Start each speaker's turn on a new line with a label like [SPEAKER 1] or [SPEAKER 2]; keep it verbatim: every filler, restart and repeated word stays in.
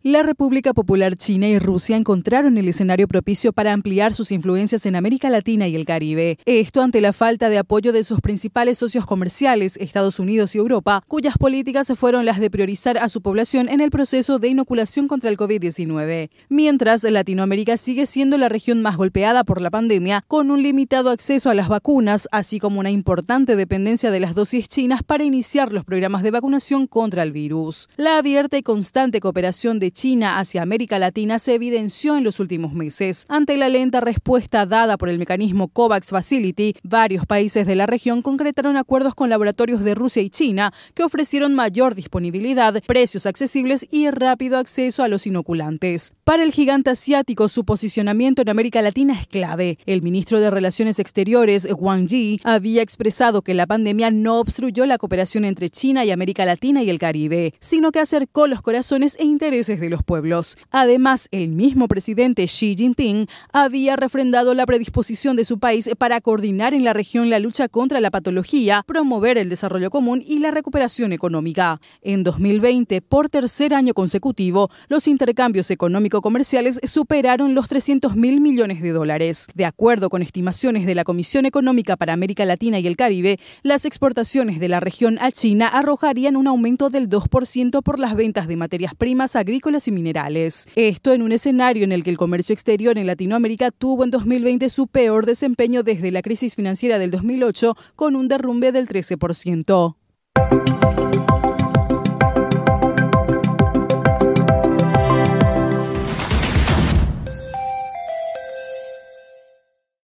[SPEAKER 1] La República Popular China y Rusia encontraron el escenario propicio para ampliar sus influencias en América Latina y el Caribe. Esto ante la falta de apoyo de sus principales socios comerciales, Estados Unidos y Europa, cuyas políticas fueron las de priorizar a su población en el proceso de inoculación contra el COVID diecinueve. Mientras, Latinoamérica sigue siendo la región más golpeada por la pandemia, con un limitado acceso a las vacunas, así como una importante dependencia de las dosis chinas para iniciar los programas de vacunación contra el virus. La abierta y constante cooperación de China hacia América Latina se evidenció en los últimos meses. Ante la lenta respuesta dada por el mecanismo COVAX Facility, varios países de la región concretaron acuerdos con laboratorios de Rusia y China que ofrecieron mayor disponibilidad, precios accesibles y rápido acceso a los inoculantes. Para el gigante asiático, su posicionamiento en América Latina es clave. El ministro de Relaciones Exteriores, Wang Yi, había expresado que la pandemia no obstruyó la cooperación entre China y América Latina y el Caribe, sino que acercó los corazones e intereses de los pueblos. Además, el mismo presidente Xi Jinping había refrendado la predisposición de su país para coordinar en la región la lucha contra la patología, promover el desarrollo común y la recuperación económica. En dos mil veinte, por tercer año consecutivo, los intercambios económico-comerciales superaron los trescientos mil millones de dólares. De acuerdo con estimaciones de la Comisión Económica para América Latina y el Caribe, las exportaciones de la región a China arrojarían un aumento del dos por ciento por las ventas de materias primas agrícolas y minerales. Esto en un escenario en el que el comercio exterior en Latinoamérica tuvo en dos mil veinte su peor desempeño desde la crisis financiera del dos mil ocho, con un derrumbe del trece por ciento.